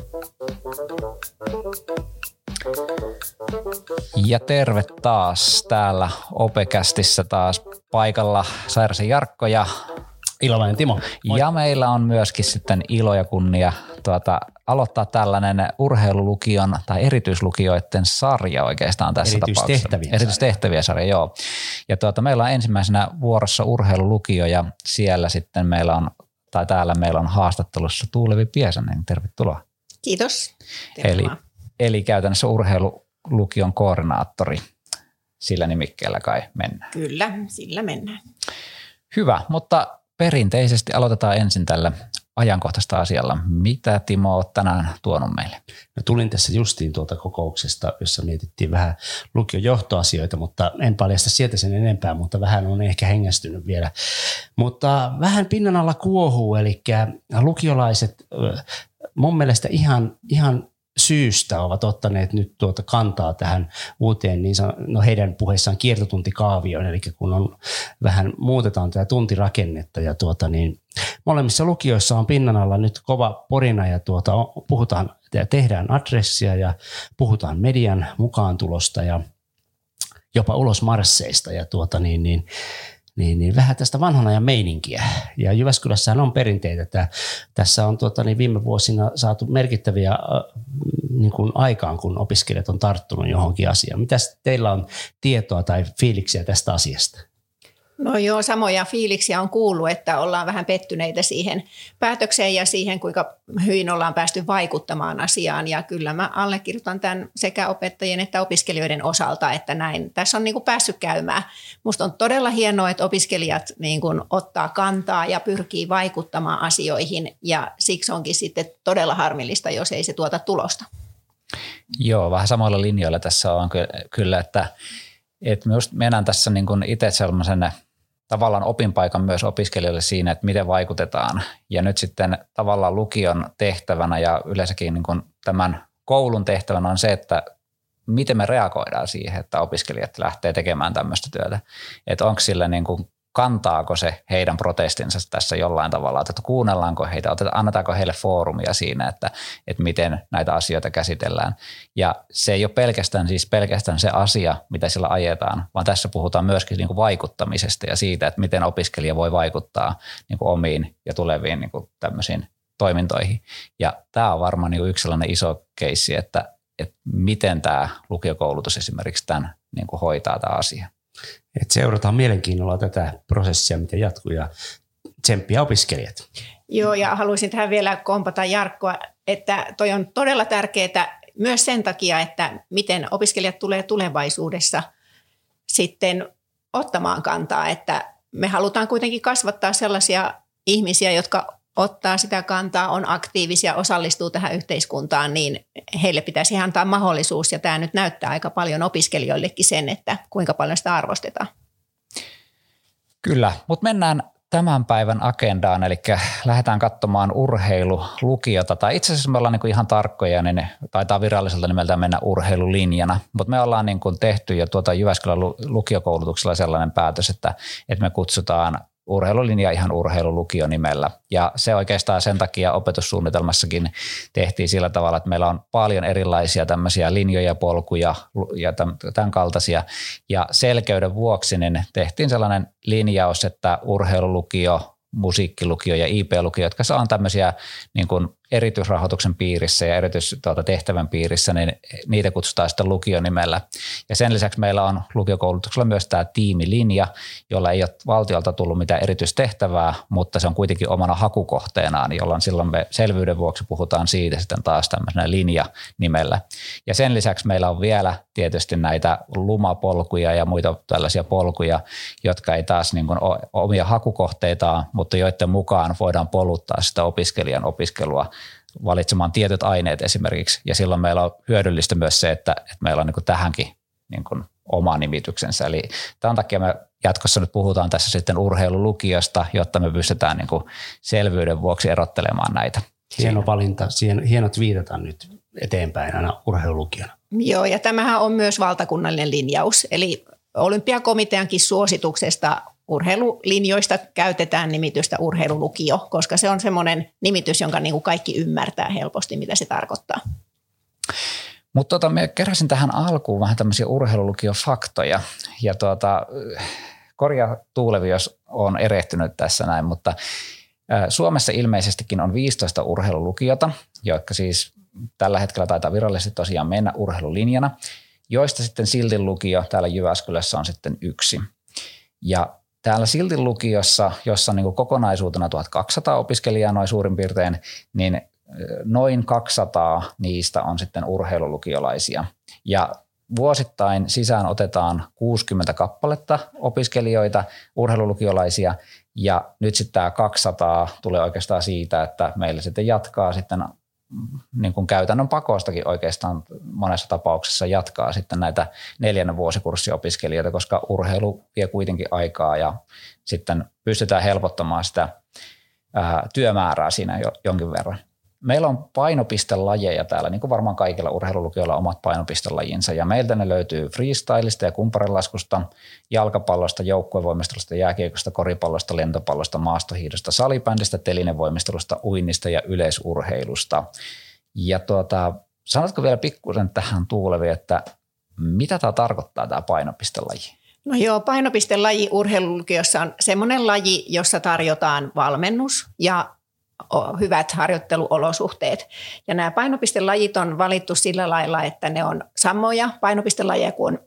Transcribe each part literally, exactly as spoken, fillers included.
Ja terve taas täällä Opekästissä taas paikalla Sairasen Jarkko ja Ilolainen Timo. Moi. Ja meillä on myöskin sitten ilo ja kunnia tuota, aloittaa tällainen urheilulukion tai erityislukioiden sarja oikeastaan tässä tapauksessa. Erityistehtäviä sarja, joo. Ja tuota, meillä on ensimmäisenä vuorossa urheilulukio ja siellä sitten meillä on, tai täällä meillä on haastattelussa Tuulevi Piesanen. Tervetuloa. Kiitos. Eli, eli käytännössä urheilulukion koordinaattori. Sillä nimikkeellä kai mennään. Kyllä, sillä mennään. Hyvä, mutta perinteisesti aloitetaan ensin tällä ajankohtaista asialla. Mitä Timo olet tänään tuonut meille? No, tulin tässä justiin tuolta kokouksesta, jossa mietittiin vähän lukion johtoasioita, mutta en paljasta sieltä sen enempää, mutta vähän on ehkä hengästynyt vielä. Mutta vähän pinnan alla kuohuu, eli lukiolaiset mun mielestä ihan, ihan syystä ovat ottaneet nyt tuota kantaa tähän uuteen, niin san, no heidän puheissaan kiertotuntikaavioon, eli kun on vähän muutetaan tätä tuntirakennetta ja tuota niin, molemmissa lukioissa on pinnan alla nyt kova porina ja tuota, puhutaan ja tehdään adressia ja puhutaan median mukaantulosta ja jopa ulos marsseista ja tuota niin, niin Niin, niin vähän tästä vanhan ajan meininkiä. Ja Jyväskylässähän on perinteitä, että tässä on tuota, niin viime vuosina saatu merkittäviä äh, niin kuin aikaan, kun opiskelijat on tarttunut johonkin asiaan. Mitäs teillä on tietoa tai fiiliksiä tästä asiasta? No joo, samoja fiiliksiä on kuullut, että ollaan vähän pettyneitä siihen päätökseen ja siihen, kuinka hyvin ollaan päästy vaikuttamaan asiaan. Ja kyllä mä allekirjoitan tämän sekä opettajien että opiskelijoiden osalta, että näin tässä on niin kuin päässyt käymään. Musta on todella hienoa, että opiskelijat niin kuin ottaa kantaa ja pyrkii vaikuttamaan asioihin ja siksi onkin sitten todella harmillista, jos ei se tuota tulosta. Joo, vähän samoilla linjoilla tässä on kyllä, että, että myös mennään tässä niin kuin itse sellaisen tavallaan opinpaikan myös opiskelijoille siinä, että miten vaikutetaan. Ja nyt sitten tavallaan lukion tehtävänä ja yleensäkin niin kuin tämän koulun tehtävänä on se, että miten me reagoidaan siihen, että opiskelijat lähtee tekemään tämmöistä työtä. Että onko sillä niin kuin, kantaako se heidän protestinsa tässä jollain tavalla, että kuunnellaanko heitä, annetaanko heille foorumia siinä, että, että miten näitä asioita käsitellään. Ja se ei ole pelkästään siis pelkästään se asia, mitä sillä ajetaan, vaan tässä puhutaan myöskin niin kuin vaikuttamisesta ja siitä, että miten opiskelija voi vaikuttaa niin kuin omiin ja tuleviin niin kuin tämmöisiin toimintoihin. Ja tämä on varmaan niin kuin yksi sellainen iso keissi, että, että miten tämä lukiokoulutus esimerkiksi tämän niin kuin hoitaa tämä asia. Et seurataan mielenkiinnolla tätä prosessia, miten jatkuu ja tsemppiä opiskelijat. Joo, ja haluaisin tähän vielä kompata Jarkkoa, että toi on todella tärkeää myös sen takia, että miten opiskelijat tulee tulevaisuudessa sitten ottamaan kantaa, että me halutaan kuitenkin kasvattaa sellaisia ihmisiä, jotka ottaa sitä kantaa, on aktiivisia, osallistuu tähän yhteiskuntaan, niin heille pitäisi antaa mahdollisuus. Ja tämä nyt näyttää aika paljon opiskelijoillekin sen, että kuinka paljon sitä arvostetaan. Kyllä, mutta mennään tämän päivän agendaan, eli lähdetään katsomaan urheilulukiota. Tai itse asiassa me ollaan niin kuin ihan tarkkoja, niin taitaa viralliselta nimeltään mennä urheilulinjana. Mutta me ollaan niin kuin tehty jo tuota Jyväskylän lukiokoulutuksella sellainen päätös, että, että me kutsutaan urheilulinja ihan urheilulukio nimellä. Ja se oikeastaan sen takia opetussuunnitelmassakin tehtiin sillä tavalla, että meillä on paljon erilaisia tämmöisiä linjoja, polkuja ja tämän kaltaisia. Ja selkeyden vuoksi niin tehtiin sellainen linjaus, että urheilulukio, musiikkilukio ja I P-lukio, jotka on tämmöisiä niin kuin erityisrahoituksen piirissä ja erityistehtävän piirissä, niin niitä kutsutaan sitten lukionimellä. Ja sen lisäksi meillä on lukiokoulutuksella myös tämä tiimilinja, jolla ei ole valtiolta tullut mitään erityistehtävää, mutta se on kuitenkin omana hakukohteenaan, jolloin silloin me selvyyden vuoksi puhutaan siitä sitten taas tämmöisenä linjanimellä. Ja sen lisäksi meillä on vielä tietysti näitä lumapolkuja ja muita tällaisia polkuja, jotka ei taas niin kuin ole omia hakukohteitaan, mutta joiden mukaan voidaan poluttaa sitä opiskelijan opiskelua valitsemaan tietyt aineet esimerkiksi. Ja silloin meillä on hyödyllistä myös se, että, että meillä on niin kuin tähänkin niin kuin oma nimityksensä. Eli tämän takia me jatkossa nyt puhutaan tässä sitten urheilulukiosta, jotta me pystytään niin kuin selvyyden vuoksi erottelemaan näitä. Hieno valinta. Hienot viitataan nyt eteenpäin aina urheilulukiona. Joo, ja tämähän on myös valtakunnallinen linjaus. Eli Olympiakomiteankin suosituksesta urheilulinjoista käytetään nimitystä urheilulukio, koska se on semmoinen nimitys, jonka niin kuin kaikki ymmärtää helposti, mitä se tarkoittaa. Mutta tota, mä keräsin tähän alkuun vähän tämmöisiä urheilulukiofaktoja ja tuota, korjaa Tuulevi, jos on erehtynyt tässä näin, mutta Suomessa ilmeisestikin on viisitoista urheilulukiota, jotka siis tällä hetkellä taitaa virallisesti tosiaan mennä urheilulinjana, joista sitten Siltin lukio täällä Jyväskylässä on sitten yksi. Ja täällä Siltin lukiossa, jossa on niin kuin kokonaisuutena tuhatkaksisataa opiskelijaa noin suurin piirtein, niin noin kaksisataa niistä on sitten urheilulukiolaisia. Ja vuosittain sisään otetaan kuusikymmentä kappaletta opiskelijoita, urheilulukiolaisia, ja nyt sitten tämä kaksisataa tulee oikeastaan siitä, että meillä sitten jatkaa sitten niin kuin käytännön pakostakin oikeastaan monessa tapauksessa jatkaa sitten näitä neljännen vuosikurssiopiskelijoita, koska urheilu vie kuitenkin aikaa ja sitten pystytään helpottamaan sitä ää, työmäärää siinä jo, jonkin verran. Meillä on painopistelajeja täällä, niin kuin varmaan kaikilla urheilulukioilla on omat painopistelajinsa, ja meiltä ne löytyy freestylista ja kumpparinlaskusta, jalkapallosta, joukkuevoimistelusta, jääkiekosta, koripallosta, lentopallosta, maastohiidosta, salibändistä, telinevoimistelusta, uinnista ja yleisurheilusta. Ja tuota, sanotko vielä pikkuisen tähän Tuulevi, että mitä tämä tarkoittaa tämä painopistelaji? No joo, painopistelaji urheilulukiossa on semmoinen laji, jossa tarjotaan valmennus ja hyvät harjoitteluolosuhteet. Ja nämä painopistelajit on valittu sillä lailla, että ne on samoja painopistelajeja kuin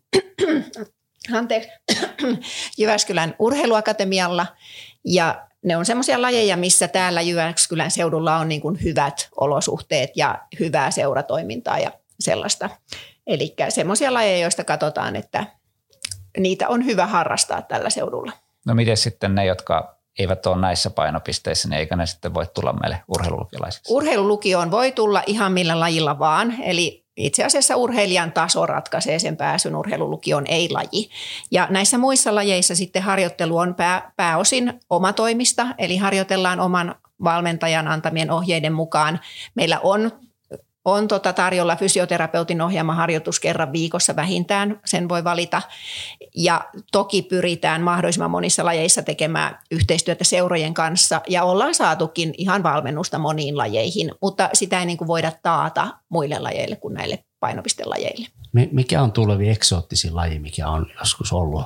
anteeksi, Jyväskylän urheiluakatemialla. Ja ne on semmoisia lajeja, missä täällä Jyväskylän seudulla on niin kuin hyvät olosuhteet ja hyvää seuratoimintaa ja sellaista. Eli semmoisia lajeja, joista katsotaan, että niitä on hyvä harrastaa tällä seudulla. No miten sitten ne, jotka eivät ole näissä painopisteissä, niin eikä ne sitten voi tulla meille urheilulukiolaisiksi? Urheilulukioon voi tulla ihan millä lajilla vaan, eli itse asiassa urheilijan taso ratkaisee sen pääsyn urheilulukioon, ei laji. Ja näissä muissa lajeissa sitten harjoittelu on pää, pääosin omatoimista, eli harjoitellaan oman valmentajan antamien ohjeiden mukaan. Meillä on On tota tarjolla fysioterapeutin ohjaama harjoitus kerran viikossa vähintään, sen voi valita. Ja toki pyritään mahdollisimman monissa lajeissa tekemään yhteistyötä seurojen kanssa ja ollaan saatukin ihan valmennusta moniin lajeihin, mutta sitä ei niin kuin voida taata muille lajeille kuin näille painopistelajeille. Mikä on Tuulevi eksoottisin laji, mikä on joskus ollut?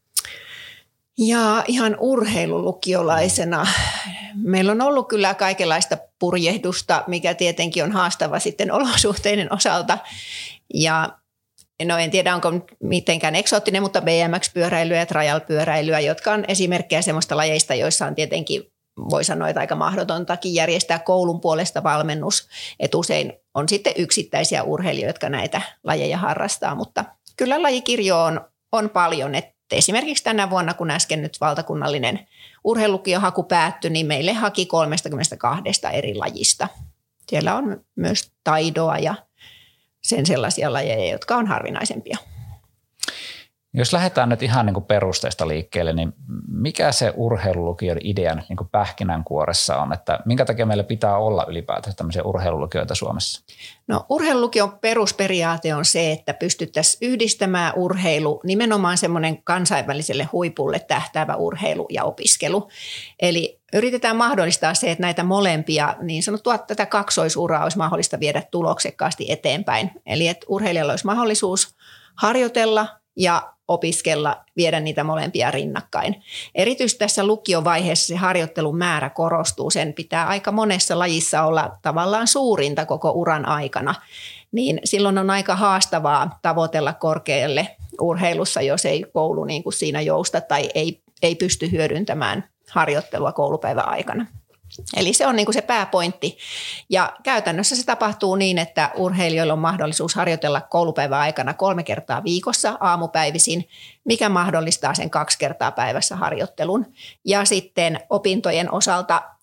Ja ihan urheilulukiolaisena. Meillä on ollut kyllä kaikenlaista purjehdusta, mikä tietenkin on haastava sitten olosuhteiden osalta. Ja no en tiedä, onko mitenkään eksoottinen, mutta B M X-pyöräilyä ja trial-pyöräilyä, jotka on esimerkkejä semmoista lajeista, joissa on tietenkin, voi sanoa, että aika mahdotontakin järjestää koulun puolesta valmennus. Et usein on sitten yksittäisiä urheilijoita, jotka näitä lajeja harrastaa, mutta kyllä lajikirjo on, on paljon, että esimerkiksi tänä vuonna, kun äsken nyt valtakunnallinen urheilulukiohaku päättyi, niin meille haki kolmekymmentäkaksi eri lajista. Siellä on myös taidoa ja sen sellaisia lajeja, jotka on harvinaisempia. Jos lähdetään nyt ihan niin kuin perusteesta liikkeelle, niin mikä se urheilulukion idea nyt niin kuin pähkinänkuoressa on, että minkä takia meillä pitää olla ylipäätään tämmöisiä urheilulukioita Suomessa? No urheilulukion perusperiaate on se, että pystyttäisiin yhdistämään urheilu, nimenomaan semmoinen kansainväliselle huipulle tähtäävä urheilu ja opiskelu. Eli yritetään mahdollistaa se, että näitä molempia, niin sanottua tätä kaksoisuraa olisi mahdollista viedä tuloksekkaasti eteenpäin. Eli että urheilijalla olisi mahdollisuus harjoitella ja opiskella, viedä niitä molempia rinnakkain. Erityisesti tässä lukiovaiheessa se harjoittelun määrä korostuu. Sen pitää aika monessa lajissa olla tavallaan suurinta koko uran aikana. Niin silloin on aika haastavaa tavoitella korkealle urheilussa, jos ei koulu niin kuin siinä jousta tai ei, ei pysty hyödyntämään harjoittelua koulupäivän aikana. Eli se on niin kuin se pääpointti. Ja käytännössä se tapahtuu niin, että urheilijoilla on mahdollisuus harjoitella koulupäivän aikana kolme kertaa viikossa aamupäivisin, mikä mahdollistaa sen kaksi kertaa päivässä harjoittelun. Ja sitten opintojen osalta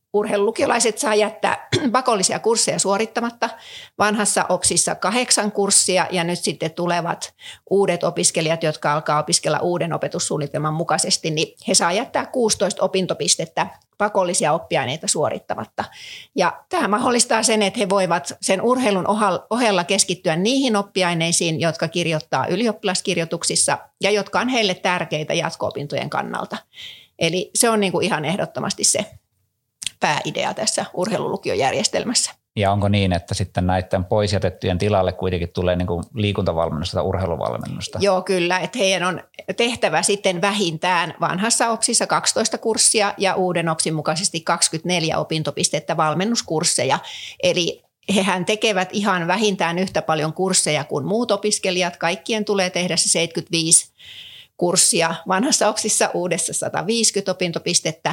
urheilulukiolaiset saa jättää pakollisia kursseja suorittamatta. Vanhassa OPSissa kahdeksan kurssia ja nyt sitten tulevat uudet opiskelijat, jotka alkaa opiskella uuden opetussuunnitelman mukaisesti, niin he saa jättää kuusitoista opintopistettä pakollisia oppiaineita suorittamatta. Ja tämä mahdollistaa sen, että he voivat sen urheilun ohella keskittyä niihin oppiaineisiin, jotka kirjoittaa ylioppilaskirjoituksissa ja jotka on heille tärkeitä jatko-opintojen kannalta. Eli se on niin kuin ihan ehdottomasti se pääidea tässä urheilulukiojärjestelmässä. Ja onko niin, että sitten näiden pois jätettyjen tilalle kuitenkin tulee niin kuin liikuntavalmennusta tai urheiluvalmennusta? Joo, kyllä. Että heidän on tehtävä sitten vähintään vanhassa OPSissa kaksitoista kurssia ja uuden OPSin mukaisesti kaksikymmentäneljä opintopistettä valmennuskursseja. Eli hehän tekevät ihan vähintään yhtä paljon kursseja kuin muut opiskelijat. Kaikkien tulee tehdä se seitsemänkymmentäviisi kurssia vanhassa OPSissa, uudessa sata viisikymmentä opintopistettä.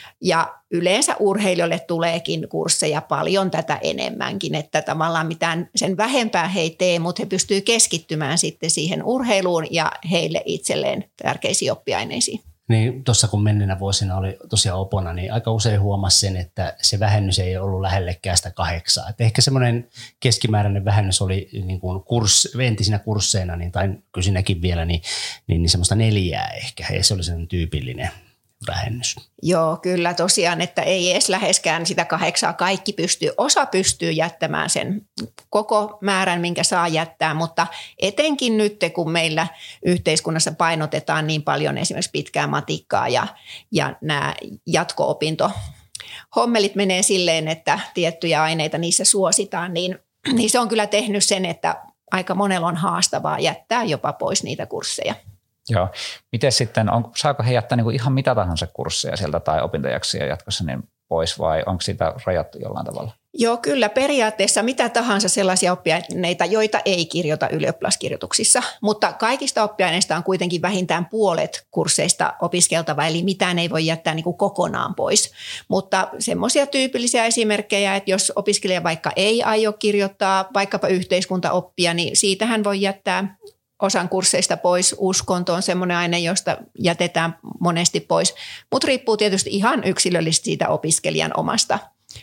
Ja yleensä urheilijoille tuleekin kursseja paljon tätä enemmänkin, että tavallaan mitään sen vähempää he ei tee, mutta he pystyvät keskittymään sitten siihen urheiluun ja heille itselleen tärkeisiin oppiaineisiin. Niin tuossa kun menneenä vuosina oli tosiaan opona, niin aika usein huomasi sen, että se vähennys ei ollut lähellekään sitä kahdeksaa. Et ehkä semmoinen keskimääräinen vähennys oli niin kuin kurs, entisinä kursseina, niin, tai kysinäkin vielä, niin, niin, niin semmoista neljää ehkä, ja se oli sellainen tyypillinen vähennys. Joo, kyllä tosiaan, että ei edes läheskään sitä kahdeksaa kaikki pystyy. Osa pystyy jättämään sen koko määrän, minkä saa jättää, mutta etenkin nyt, kun meillä yhteiskunnassa painotetaan niin paljon esimerkiksi pitkää matikkaa ja, ja nämä jatko-opinto hommelit menee silleen, että tiettyjä aineita niissä suositaan, niin, niin se on kyllä tehnyt sen, että aika monella on haastavaa jättää jopa pois niitä kursseja. Joo. Miten sitten, on, saako he jättää niin kuin ihan mitä tahansa kursseja sieltä tai opintojaksoja jatkossa niin pois vai onko sitä rajattu jollain tavalla? Joo, kyllä periaatteessa mitä tahansa sellaisia oppiaineita, joita ei kirjoita ylioppilaskirjoituksissa, mutta kaikista oppiaineista on kuitenkin vähintään puolet kursseista opiskeltava, eli mitään ei voi jättää niin kuin kokonaan pois. Mutta semmoisia tyypillisiä esimerkkejä, että jos opiskelija vaikka ei aio kirjoittaa vaikkapa yhteiskuntaoppia, niin siitähän voi jättää osan kursseista pois. Uskonto on semmoinen aine, josta jätetään monesti pois, mutta riippuu tietysti ihan yksilöllisesti siitä opiskelijan omasta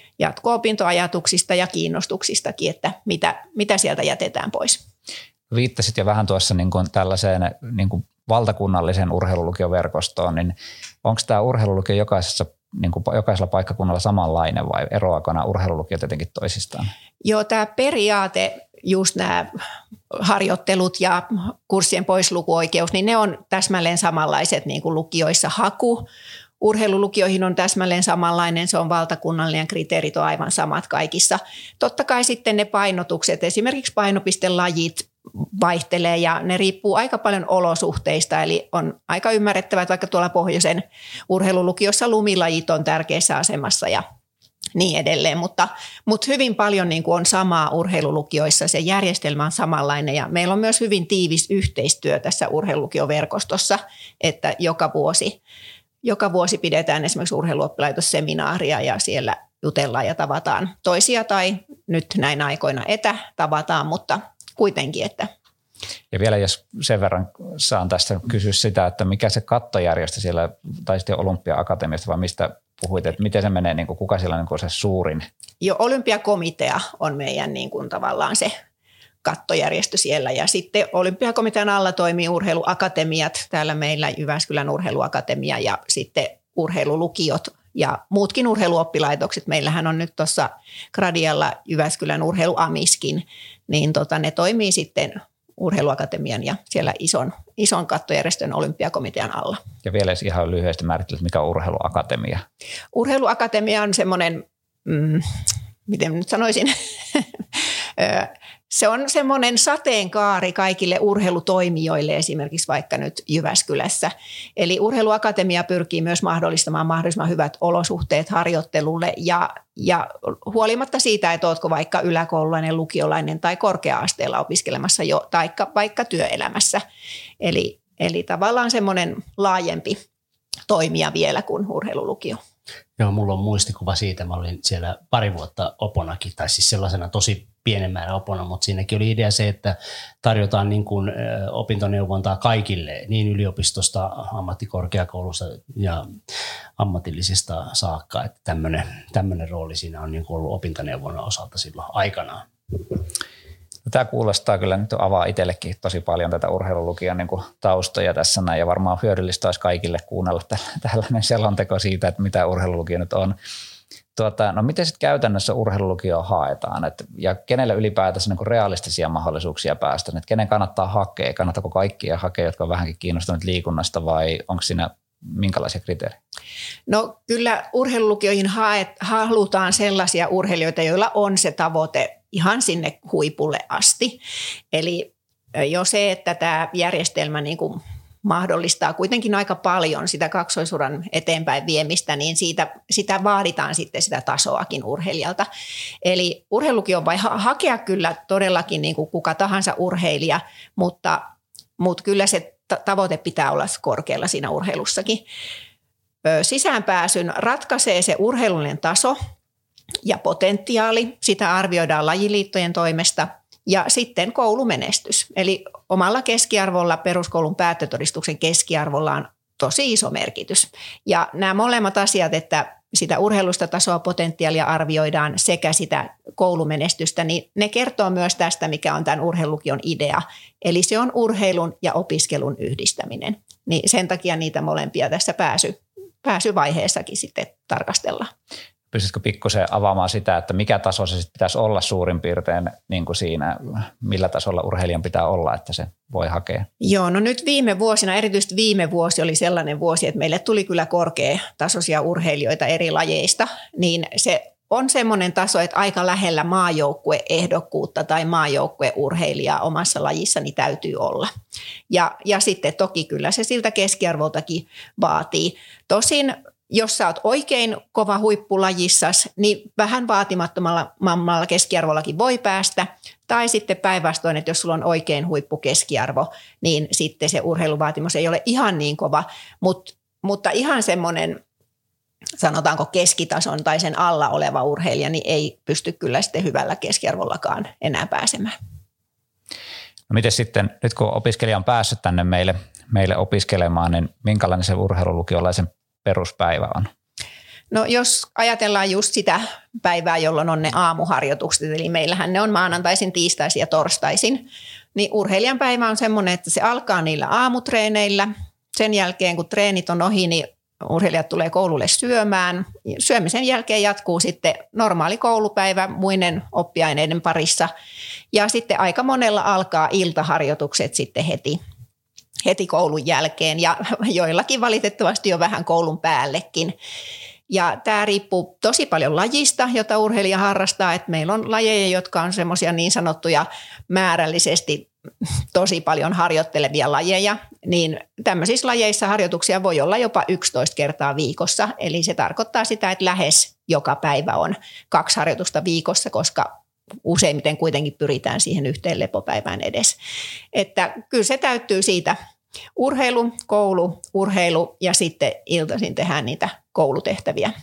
jatko-opintoajatuksista ja kiinnostuksistakin, että mitä, mitä sieltä jätetään pois. Viittasit jo vähän tuossa niin kuin tällaiseen niin kuin valtakunnalliseen urheilulukioverkostoon, niin onko tämä urheilulukio jokaisessa, niin kuin jokaisella paikkakunnalla samanlainen vai eroako nämä urheilulukiot jotenkin toisistaan? Joo, tämä periaate, just nämä harjoittelut ja kurssien poislukuoikeus, niin ne on täsmälleen samanlaiset niin kuin lukioissa. Haku urheilulukioihin on täsmälleen samanlainen, se on valtakunnallinen, kriteerit on aivan samat kaikissa. Totta kai sitten ne painotukset, esimerkiksi painopistelajit vaihtelee ja ne riippuu aika paljon olosuhteista, eli on aika ymmärrettävää, että vaikka tuolla pohjoisen urheilulukiossa lumilajit on tärkeässä asemassa ja niin edelleen, mutta, mutta hyvin paljon niin kuin on samaa urheilulukioissa, se järjestelmä on samanlainen ja meillä on myös hyvin tiivis yhteistyö tässä urheilulukioverkostossa, että joka vuosi, joka vuosi pidetään esimerkiksi urheiluoppilaitosseminaaria ja siellä jutellaan ja tavataan toisia tai nyt näin aikoina etätavataan, mutta kuitenkin, että ja vielä jos sen verran saan tästä kysyä sitä, että mikä se kattojärjestö siellä, tai sitten Olympia-akatemiasta, vai mistä puhuit, että miten se menee, niin kuin, kuka siellä on niin se suurin? Jo Olympiakomitea on meidän niin kuin, tavallaan se kattojärjestö siellä, ja sitten Olympiakomitean alla toimii urheiluakatemiat, täällä meillä Jyväskylän urheiluakatemia ja sitten urheilulukiot ja muutkin urheiluoppilaitokset. Meillähän on nyt tuossa Gradialla Jyväskylän urheiluamiskin, niin tota, ne toimii sitten urheiluakatemian ja siellä ison, ison kattojärjestön Olympiakomitean alla. Ja vielä ihan lyhyesti määrittelet, mikä on urheiluakatemia? Urheiluakatemia on semmoinen, mm, miten nyt sanoisin, se on semmoinen sateenkaari kaikille urheilutoimijoille, esimerkiksi vaikka nyt Jyväskylässä. Eli urheiluakatemia pyrkii myös mahdollistamaan mahdollisimman hyvät olosuhteet harjoittelulle ja, ja huolimatta siitä, että oletko vaikka yläkoululainen, lukiolainen tai korkea-asteella opiskelemassa jo, tai vaikka työelämässä. Eli, eli tavallaan semmoinen laajempi toimija vielä kuin urheilulukio. Joo, mulla on muistikuva siitä. Mä olin siellä pari vuotta oponakin, tai siis sellaisena tosi pienen määrän opona, mutta siinäkin oli idea se, että tarjotaan niin kuin opintoneuvontaa kaikille, niin yliopistosta, ammattikorkeakoulusta ja ammatillisista saakka, että tämmöinen, tämmöinen rooli siinä on niin kuin ollut opintoneuvonnan osalta silloin aikanaan. Tämä kuulostaa kyllä, nyt avaa itsellekin tosi paljon tätä urheilulukion niin kuin taustoja tässä näin, ja varmaan hyödyllistä olisi kaikille kuunnella tällainen selonteko siitä, että mitä urheilulukio nyt on. Tuota, no miten sitten käytännössä urheilulukioon haetaan, et, ja kenelle ylipäätänsä niin kuin realistisia mahdollisuuksia päästä, että kenen kannattaa hakea, kannattaako kaikkia hakea, jotka on vähänkin kiinnostuneet liikunnasta, vai onko siinä minkälaisia kriteerejä? No kyllä urheilulukioihin haet, halutaan sellaisia urheilijoita, joilla on se tavoite ihan sinne huipulle asti. Eli jo se, että tämä järjestelmä niin kuin mahdollistaa kuitenkin aika paljon sitä kaksoisuran eteenpäin viemistä, niin siitä, sitä vaaditaan sitten sitä tasoakin urheilijalta. Eli urheilulukio voi ha- hakea kyllä todellakin niin kuin kuka tahansa urheilija, mutta, mutta kyllä se tavoite pitää olla korkealla siinä urheilussakin. Sisäänpääsyn ratkaisee se urheilullinen taso ja potentiaali. Sitä arvioidaan lajiliittojen toimesta. Ja sitten koulumenestys. Eli omalla keskiarvolla, peruskoulun päättötodistuksen keskiarvolla on tosi iso merkitys. Ja nämä molemmat asiat, että sitä urheilusta tasoa potentiaalia arvioidaan sekä sitä koulumenestystä, niin ne kertoo myös tästä, mikä on tämän urheilulukion idea. Eli se on urheilun ja opiskelun yhdistäminen. Niin sen takia niitä molempia tässä pääsy, pääsyvaiheessakin sitten tarkastellaan. Pystytkö pikkusen avaamaan sitä, että mikä taso se sitten pitäisi olla suurin piirtein niin kuin siinä, millä tasolla urheilijan pitää olla, että se voi hakea? Joo, no nyt viime vuosina, erityisesti viime vuosi oli sellainen vuosi, että meille tuli kyllä korkeatasoisia urheilijoita eri lajeista, niin se on semmoinen taso, että aika lähellä maajoukkueehdokkuutta tai maajoukkueurheilijaa omassa lajissani täytyy olla. Ja, ja sitten toki kyllä se siltä keskiarvoltakin vaatii. Tosin jos sä oot oikein kova huippulajissas, niin vähän vaatimattomalla keskiarvollakin voi päästä. Tai sitten päinvastoin, että jos sulla on oikein huippukeskiarvo, niin sitten se urheiluvaatimus ei ole ihan niin kova. Mut, mutta ihan semmoinen, sanotaanko keskitason tai sen alla oleva urheilija, niin ei pysty kyllä sitten hyvällä keskiarvollakaan enää pääsemään. No miten sitten, nyt kun opiskelija on päässyt tänne meille, meille opiskelemaan, niin minkälainen se urheilulukiolaisen peruspäivä on? No jos ajatellaan just sitä päivää, jolloin on ne aamuharjoitukset, eli meillähän ne on maanantaisin, tiistaisin ja torstaisin, niin urheilijan päivä on semmoinen, että se alkaa niillä aamutreeneillä. Sen jälkeen, kun treenit on ohi, niin urheilijat tulee koululle syömään. Syömisen jälkeen jatkuu sitten normaali koulupäivä muiden oppiaineiden parissa. Ja sitten aika monella alkaa iltaharjoitukset sitten heti. heti koulun jälkeen ja joillakin valitettavasti jo vähän koulun päällekin. Ja tämä riippuu tosi paljon lajista, jota urheilija harrastaa, että meillä on lajeja, jotka on semmoisia niin sanottuja määrällisesti tosi paljon harjoittelevia lajeja, niin tämmöisissä lajeissa harjoituksia voi olla jopa yksitoista kertaa viikossa, eli se tarkoittaa sitä, että lähes joka päivä on kaksi harjoitusta viikossa, koska useimmiten kuitenkin pyritään siihen yhteen lepopäivään edes. Että kyllä se täyttyy siitä urheilu, koulu, urheilu ja sitten iltaisin tehdään niitä koulutehtäviä.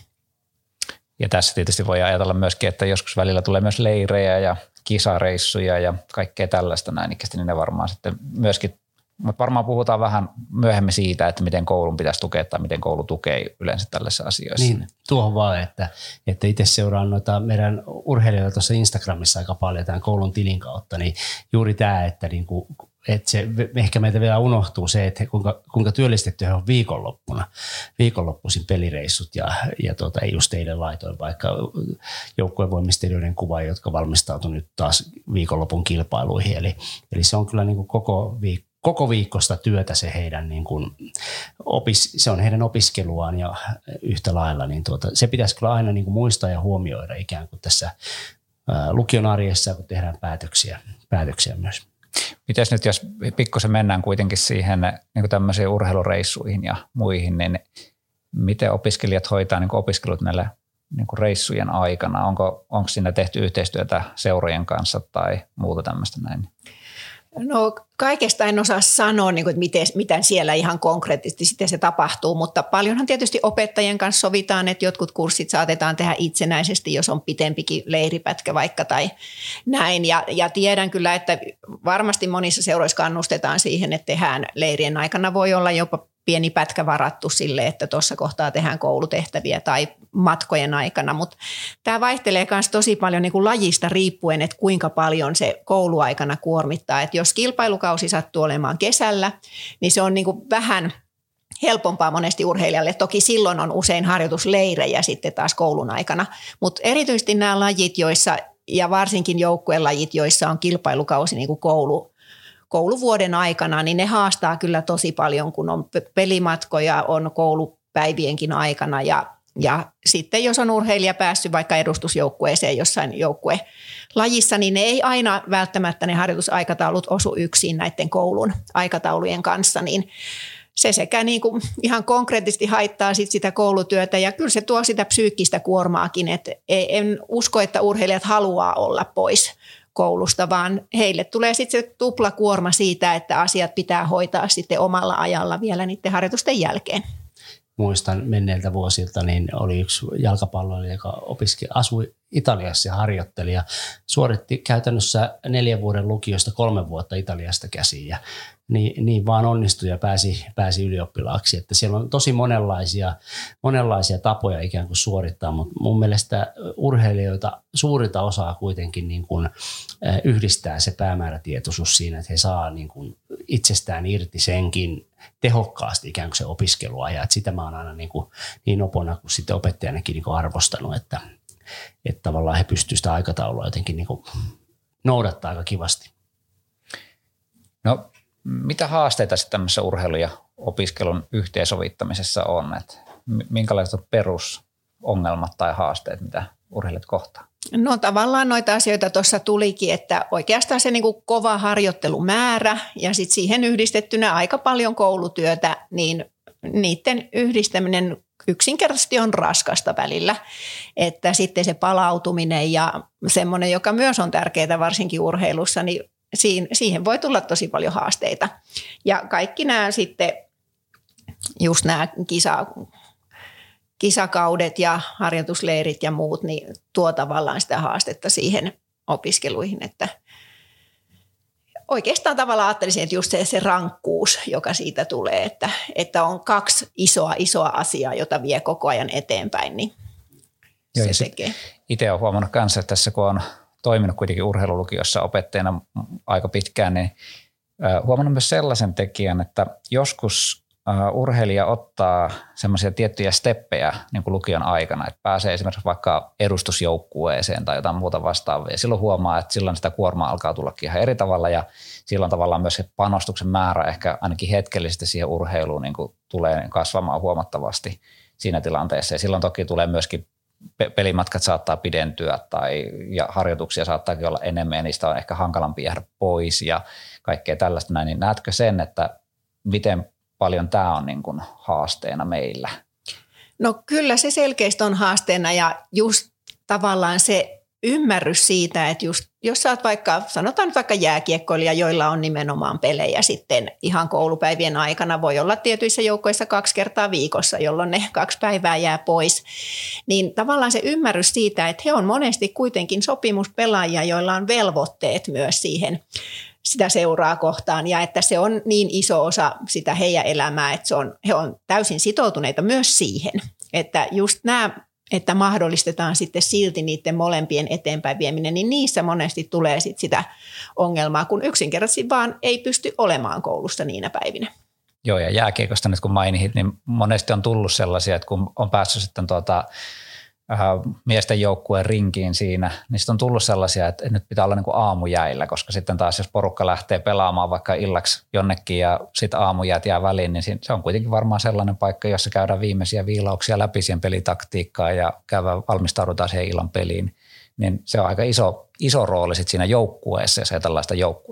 Ja tässä tietysti voi ajatella myöskin, että joskus välillä tulee myös leirejä ja kisareissuja ja kaikkea tällaista näin, niin ne varmaan sitten myöskin, mutta varmaan puhutaan vähän myöhemmin siitä, että miten koulun pitäisi tukea tai miten koulu tukee yleensä tällaisissa asioissa. Niin, tuohon vaan, että, että itse seuraan noita meidän urheilijoita tuossa Instagramissa aika paljon tämän koulun tilin kautta, niin juuri tämä, että, niin kuin, että se, ehkä meitä vielä unohtuu se, että kuinka, kuinka työllistetty he on viikonloppuna, viikonloppuisin pelireissut ja, ja tuota, ei just teille laitoin vaikka joukkuevoimistelijoiden kuva, jotka valmistautuivat nyt taas viikonlopun kilpailuihin, eli, eli se on kyllä niin kuin koko viikko. Koko viikosta työtä se heidän niin kuin opis, se on heidän opiskeluaan ja yhtä lailla, niin tuota, se pitäisi kyllä aina niin kuin muistaa ja huomioida ikään kuin tässä ää, lukion arjessa, kun tehdään päätöksiä, päätöksiä myös. Mites nyt, jos pikkusen mennään kuitenkin siihen niin kuin tämmöisiin urheilureissuihin ja muihin, niin miten opiskelijat hoitaa niin kuin opiskelut näillä niin kuin reissujen aikana? Onko, onko siinä tehty yhteistyötä seurojen kanssa tai muuta tämmöistä näin? No kaikesta en osaa sanoa, niin kuin, että miten, miten siellä ihan konkreettisesti sitten se tapahtuu, mutta paljonhan tietysti opettajien kanssa sovitaan, että jotkut kurssit saatetaan tehdä itsenäisesti, jos on pitempikin leiripätkä vaikka tai näin. Ja, ja tiedän kyllä, että varmasti monissa seuroissa kannustetaan siihen, että tehdään leirien aikana voi olla jopa pieni pätkä varattu sille, että tuossa kohtaa tehdään koulutehtäviä tai matkojen aikana, mutta tämä vaihtelee myös tosi paljon niin kuin lajista riippuen, että kuinka paljon se kouluaikana kuormittaa. Että jos kilpailukausi sattuu olemaan kesällä, niin se on niin kuin vähän helpompaa monesti urheilijalle. Toki silloin on usein harjoitusleirejä sitten taas koulun aikana, mutta erityisesti nämä lajit, joissa ja varsinkin joukkuelajit, joissa on kilpailukausi niin kuin koulu, kouluvuoden aikana, niin ne haastaa kyllä tosi paljon, kun on pelimatkoja, on koulupäivienkin aikana ja, ja sitten jos on urheilija päässyt vaikka edustusjoukkueeseen jossain joukkuelajissa, niin ne ei aina välttämättä ne harjoitusaikataulut osu yksin näiden koulun aikataulujen kanssa, niin se sekä niin kuin ihan konkreettisesti haittaa sit sitä koulutyötä ja kyllä se tuo sitä psyykkistä kuormaakin, että en usko, että urheilijat haluaa olla pois koulusta, vaan heille tulee sitten se tuplakuorma siitä, että asiat pitää hoitaa sitten omalla ajalla vielä niiden harjoitusten jälkeen. Muistan menneiltä vuosilta, niin oli yksi jalkapalloilija, joka opiskeli, asui Italiassa ja harjoitteli ja suoritti käytännössä neljän vuoden lukiosta kolme vuotta Italiasta käsiin ja niin, niin vaan onnistui ja pääsi, pääsi ylioppilaaksi. Että siellä on tosi monenlaisia, monenlaisia tapoja ikään kuin suorittaa, mutta mun mielestä urheilijoita suurinta osaa kuitenkin niin kuin yhdistää se päämäärätietoisuus siinä, että he saa niin kuin itsestään irti senkin tehokkaasti ikään kuin se opiskeluaja. Että sitä mä oon aina niin, kuin, niin opona kuin sitten opettajanakin niin kuin arvostanut, että, että tavallaan he pystyvät sitä aikataulua jotenkin niin kuin noudattaa aika kivasti. No mitä haasteita sitten tämmöisessä urheilun ja opiskelun yhteensovittamisessa on? Että minkälaiset on perusongelmat tai haasteet, mitä urheilijat kohtaa? No tavallaan noita asioita tuossa tulikin, että oikeastaan se niin kuin kova harjoittelumäärä ja sitten siihen yhdistettynä aika paljon koulutyötä, niin niiden yhdistäminen yksinkertaisesti on raskasta välillä. Että sitten se palautuminen ja semmoinen, joka myös on tärkeää varsinkin urheilussa, niin siihen voi tulla tosi paljon haasteita. Ja kaikki nämä sitten, just nämä kisa, kisakaudet ja harjoitusleirit ja muut, niin tuo tavallaan sitä haastetta siihen opiskeluihin. Että oikeastaan tavallaan ajattelisin, että just se, se rankkuus, joka siitä tulee, että, että on kaksi isoa, isoa asiaa, jota vie koko ajan eteenpäin, niin Joo, se tekee. Itse olen huomannut kanssa, että tässä kun on toiminut kuitenkin urheilulukiossa opettajana aika pitkään, niin huomannut myös sellaisen tekijän, että joskus urheilija ottaa semmoisia tiettyjä steppejä niin kuin lukion aikana, että pääsee esimerkiksi vaikka edustusjoukkueeseen tai jotain muuta vastaavaa. Silloin huomaa, että silloin sitä kuormaa alkaa tullakin ihan eri tavalla ja silloin tavallaan myös se panostuksen määrä ehkä ainakin hetkellisesti siihen urheiluun niin kuin tulee kasvamaan huomattavasti siinä tilanteessa. Ja silloin toki tulee myöskin pelimatkat saattaa pidentyä tai ja harjoituksia saattaakin olla enemmän ja niistä on ehkä hankalampi jäädä pois ja kaikkea tällaista näin. Niin näetkö sen, että miten paljon tämä on niin kuin haasteena meillä? No kyllä se selkeästi on haasteena ja just tavallaan se ymmärrys siitä, että just, jos sä oot vaikka, sanotaan nyt vaikka jääkiekkoilija, joilla on nimenomaan pelejä sitten ihan koulupäivien aikana, voi olla tietyissä joukkoissa kaksi kertaa viikossa, jolloin ne kaksi päivää jää pois, niin tavallaan se ymmärrys siitä, että he on monesti kuitenkin sopimuspelaajia, joilla on velvoitteet myös siihen sitä seuraa kohtaan ja että se on niin iso osa sitä heidän elämää, että se on, he on täysin sitoutuneita myös siihen, että just nämä, että mahdollistetaan sitten silti niiden molempien eteenpäin vieminen, niin niissä monesti tulee sit sitä ongelmaa, kun yksinkertaisesti vaan ei pysty olemaan koulussa niinä päivinä. Joo, ja jääkiekosta nyt kun mainit, niin monesti on tullut sellaisia, että kun on päässyt sitten tuota, äh, miesten joukkueen rinkiin siinä, niin sitten on tullut sellaisia, että nyt pitää olla niin kuin aamujäillä, koska sitten taas jos porukka lähtee pelaamaan vaikka illaksi jonnekin ja sitten aamujäät jää väliin, niin se on kuitenkin varmaan sellainen paikka, jossa käydään viimeisiä viilauksia läpi siihen pelitaktiikkaan ja käydään, valmistaudutaan siihen illan peliin, niin se on aika iso, iso rooli sitten siinä joukkueessa, jos ei tällaista joukkuetta.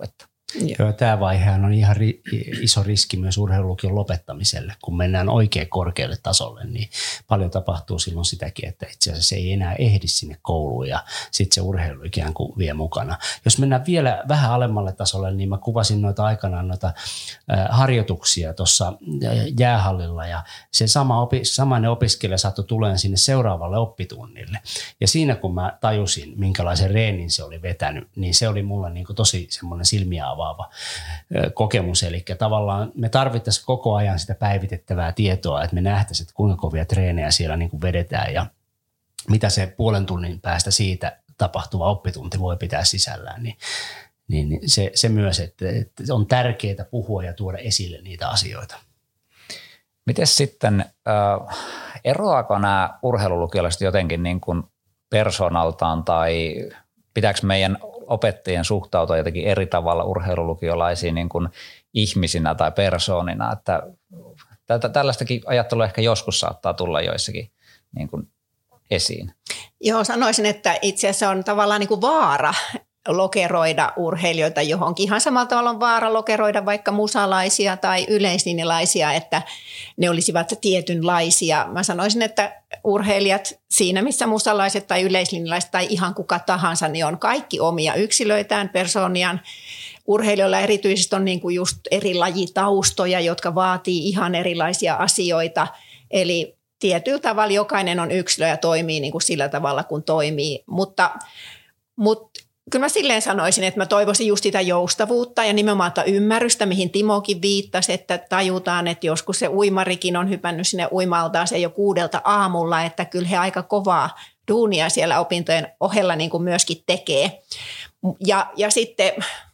Joo, tämä vaihehan on ihan ri, iso riski myös urheilulukion lopettamiselle. Kun mennään oikein korkealle tasolle, niin paljon tapahtuu silloin sitäkin, että itse asiassa ei enää ehdi sinne kouluun ja sitten se urheilu ikään kuin vie mukana. Jos mennään vielä vähän alemmalle tasolle, niin mä kuvasin noita aikanaan noita äh, harjoituksia tuossa jäähallilla ja se sama opi, samainen opiskelija saattoi tulemaan sinne seuraavalle oppitunnille. Ja siinä kun mä tajusin, minkälaisen reenin se oli vetänyt, niin se oli mulle niin kuin tosi semmoinen silmiä avaava kokemus. Eli tavallaan me tarvittaisiin koko ajan sitä päivitettävää tietoa, että me nähtäisiin, että kuinka kovia treenejä siellä niin kuin vedetään ja mitä se puolen tunnin päästä siitä tapahtuva oppitunti voi pitää sisällään. Niin, niin se, se myös, että, että on tärkeää puhua ja tuoda esille niitä asioita. Miten sitten, äh, eroaako nämä urheilulukiolaiset jotenkin niin kuin persoonaltaan tai pitääkö meidän opettajien suhtautua jotenkin eri tavalla urheilulukiolaisiin niin kuin ihmisinä tai persoonina, että tällaistakin ajattelua ehkä joskus saattaa tulla joissakin niin kuin esiin. Joo, sanoisin, että itse asiassa on tavallaan niin kuin vaara lokeroida urheilijoita johonkin. Ihan samalla tavalla on vaara lokeroida vaikka musalaisia tai yleislinjalaisia, että ne olisivat tietynlaisia. Mä sanoisin, että urheilijat siinä, missä musalaiset tai yleislinjalaiset tai ihan kuka tahansa, niin on kaikki omia yksilöitään, persooniaan. Urheilijoilla erityisesti on niin kuin just eri lajitaustoja, jotka vaatii ihan erilaisia asioita. Eli tietyllä tavalla jokainen on yksilö ja toimii niin kuin sillä tavalla, kun toimii, mutta, mutta kyllä mä silleen sanoisin, että mä toivoisin just sitä joustavuutta ja nimenomaan ymmärrystä, mihin Timokin viittasi, että tajutaan, että joskus se uimarikin on hypännyt sinne uimaltaan jo kuudelta aamulla, että kyllä he aika kovaa duunia siellä opintojen ohella niin kuin myöskin tekee. Ja, ja sitten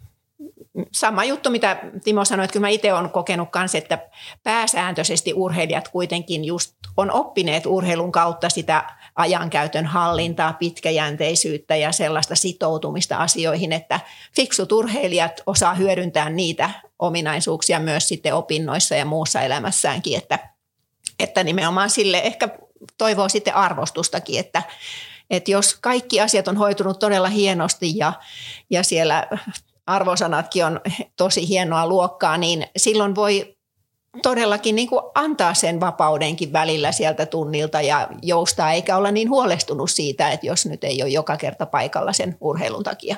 sama juttu, mitä Timo sanoi, että kyllä mä itse olen kokenut kanssa, että pääsääntöisesti urheilijat kuitenkin just on oppineet urheilun kautta sitä ajankäytön hallintaa, pitkäjänteisyyttä ja sellaista sitoutumista asioihin, että fiksut urheilijat osaa hyödyntää niitä ominaisuuksia myös sitten opinnoissa ja muussa elämässäänkin, että, että nimenomaan sille ehkä toivoo sitten arvostustakin, että, että jos kaikki asiat on hoitunut todella hienosti ja, ja siellä arvosanatkin on tosi hienoa luokkaa, niin silloin voi todellakin niin kuin antaa sen vapaudenkin välillä sieltä tunnilta ja joustaa, eikä olla niin huolestunut siitä, että jos nyt ei ole joka kerta paikalla sen urheilun takia.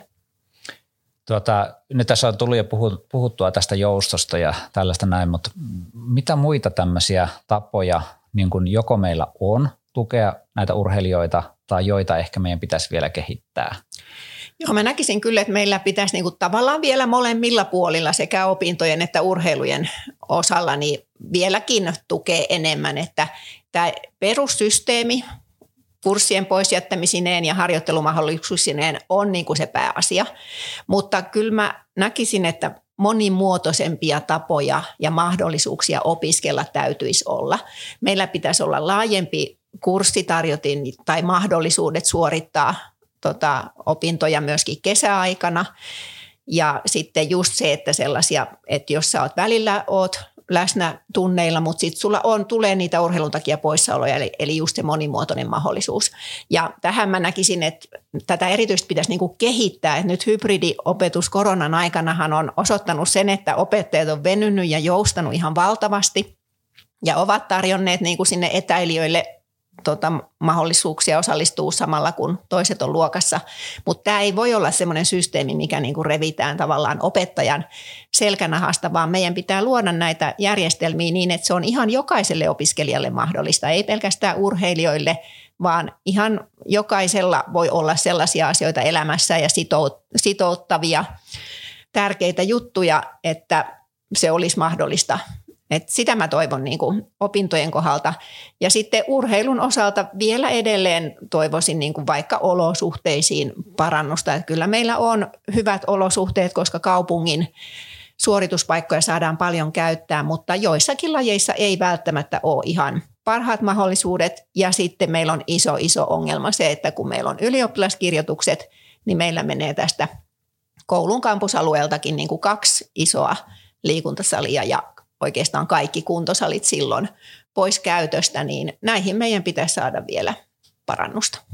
Tuota, nyt tässä on tullut jo puhuttua tästä joustosta ja tällaista näin, mutta mitä muita tämmöisiä tapoja niin kuin joko meillä on tukea näitä urheilijoita tai joita ehkä meidän pitäisi vielä kehittää? Joo, mä näkisin kyllä, että meillä pitäisi niinku tavallaan vielä molemmilla puolilla sekä opintojen että urheilujen osalla niin vieläkin tukea enemmän, että tämä perussysteemi kurssien poisjättämisineen ja harjoittelumahdollisuusineen on niinku se pääasia, mutta kyllä mä näkisin, että monimuotoisempia tapoja ja mahdollisuuksia opiskella täytyisi olla. Meillä pitäisi olla laajempi kurssitarjotin tai mahdollisuudet suorittaa Tota, opintoja myöskin kesäaikana ja sitten just se, että sellaisia, että jos sä oot välillä oot läsnä tunneilla, mutta sitten sulla on, tulee niitä urheilun takia poissaoloja, eli, eli just se monimuotoinen mahdollisuus. Ja tähän mä näkisin, että tätä erityisesti pitäisi niinku kehittää, että nyt hybridiopetus koronan aikanahan on osoittanut sen, että opettajat on venynyt ja joustanut ihan valtavasti ja ovat tarjonneet niinku sinne etäilijöille Tota, mahdollisuuksia osallistua samalla, kun toiset on luokassa. Mutta tämä ei voi olla semmoinen systeemi, mikä niinku revitään tavallaan opettajan selkänahasta, vaan meidän pitää luoda näitä järjestelmiä niin, että se on ihan jokaiselle opiskelijalle mahdollista. Ei pelkästään urheilijoille, vaan ihan jokaisella voi olla sellaisia asioita elämässä ja sitouttavia tärkeitä juttuja, että se olisi mahdollista. Et sitä mä toivon niin kuin opintojen kohdalta. Ja sitten urheilun osalta vielä edelleen toivoisin niin kuin vaikka olosuhteisiin parannusta. Et kyllä meillä on hyvät olosuhteet, koska kaupungin suorituspaikkoja saadaan paljon käyttää, mutta joissakin lajeissa ei välttämättä ole ihan parhaat mahdollisuudet. Ja sitten meillä on iso, iso ongelma se, että kun meillä on ylioppilaskirjoitukset, niin meillä menee tästä koulun kampusalueeltakin niin kuin kaksi isoa liikuntasalia ja oikeastaan kaikki kuntosalit silloin pois käytöstä, niin näihin meidän pitäisi saada vielä parannusta.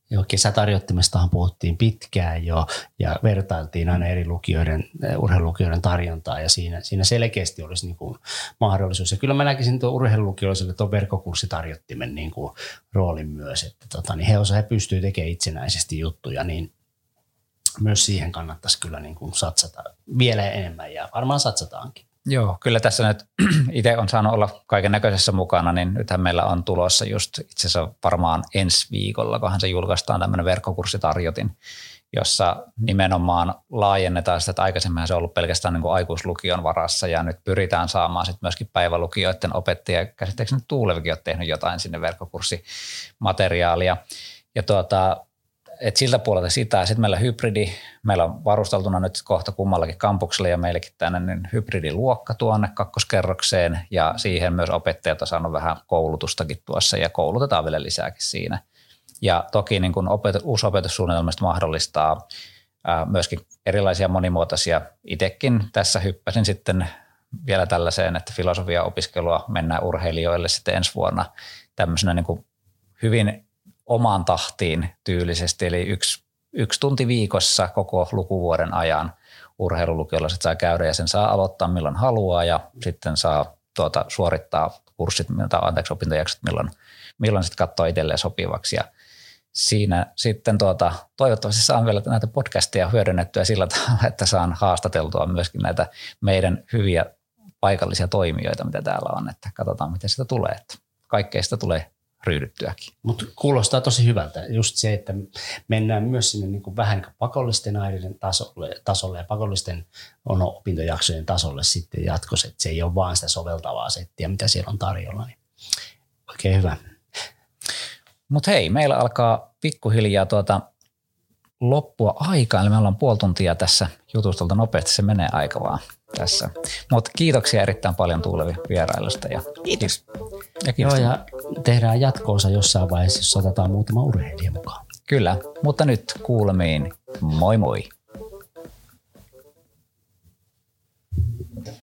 Joo, kesätarjottimestahan puhuttiin pitkään jo ja vertailtiin aina eri lukioiden, urheilulukioiden tarjontaa ja siinä, siinä selkeästi olisi niin kuin mahdollisuus. Ja kyllä mä näkisin tuon urheilulukioiselle tuon verkkokurssitarjottimen niin kuin roolin myös, että tota, niin he, osa, he pystyy tekemään itsenäisesti juttuja, niin myös siihen kannattaisi kyllä niin kuin satsata vielä enemmän ja varmaan satsataankin. Joo, kyllä tässä nyt itse on saanut olla kaiken näköisessä mukana, niin nythän meillä on tulossa just itse asiassa varmaan ensi viikolla, kunhan se julkaistaan tämmöinen verkkokurssitarjotin, jossa nimenomaan laajennetaan sitä, että aikaisemmin se on ollut pelkästään niin kuin aikuislukion varassa ja nyt pyritään saamaan sitten myöskin päivälukioiden opettajia. Käsittääkseni Tuulevikin on tehnyt jotain sinne verkkokurssimateriaalia ja tuota, et siltä puolelta sitä. Sitten meillä hybridi, meillä on varusteltuna nyt kohta kummallakin kampuksella ja meillekin tämmöinen hybridiluokka tuonne kakkoskerrokseen ja siihen myös opettajat on saanut vähän koulutustakin tuossa ja koulutetaan vielä lisääkin siinä. Ja toki niin kun opet- uusi opetussuunnitelmista mahdollistaa ää, myöskin erilaisia monimuotoisia. Itsekin tässä hyppäsin sitten vielä tällaiseen, että filosofia-opiskelua mennään urheilijoille sitten ensi vuonna tämmöisenä niin kuin hyvin omaan tahtiin tyylisesti, eli yksi, yksi tunti viikossa koko lukuvuoden ajan urheilulukiolla sit saa käydä ja sen saa aloittaa milloin haluaa ja sitten saa tuota, suorittaa kurssit tai anteeksi opintojaksot milloin, milloin sitten katsoo itselleen sopivaksi ja siinä sitten tuota, toivottavasti saan vielä näitä podcasteja hyödynnettyä sillä tavalla, että saan haastateltua myöskin näitä meidän hyviä paikallisia toimijoita, mitä täällä on, että katsotaan miten sitä tulee, että kaikkea sitä tulee ryhdyttyäkin. Mutta kuulostaa tosi hyvältä. Just se, että mennään myös sinne niin kuin vähän niin kuin pakollisten aineiden tasolle, tasolle ja pakollisten on opintojaksojen tasolle sitten jatkossa. Että se ei ole vaan sitä soveltavaa settiä, mitä siellä on tarjolla. Niin oikein hyvä. Mutta hei, meillä alkaa pikkuhiljaa tuota loppua aikaa, eli me ollaan puoli tuntia tässä jutustolta nopeasti, se menee aika vaan tässä. Mutta kiitoksia erittäin paljon Tuulevi vierailusta. Ja Kiitos. Ja kiitos. Joo, ja tehdään jatko-osa jossain vaiheessa, jos otetaan muutama urheilija mukaan. Kyllä, mutta nyt kuulemiin. Moi moi.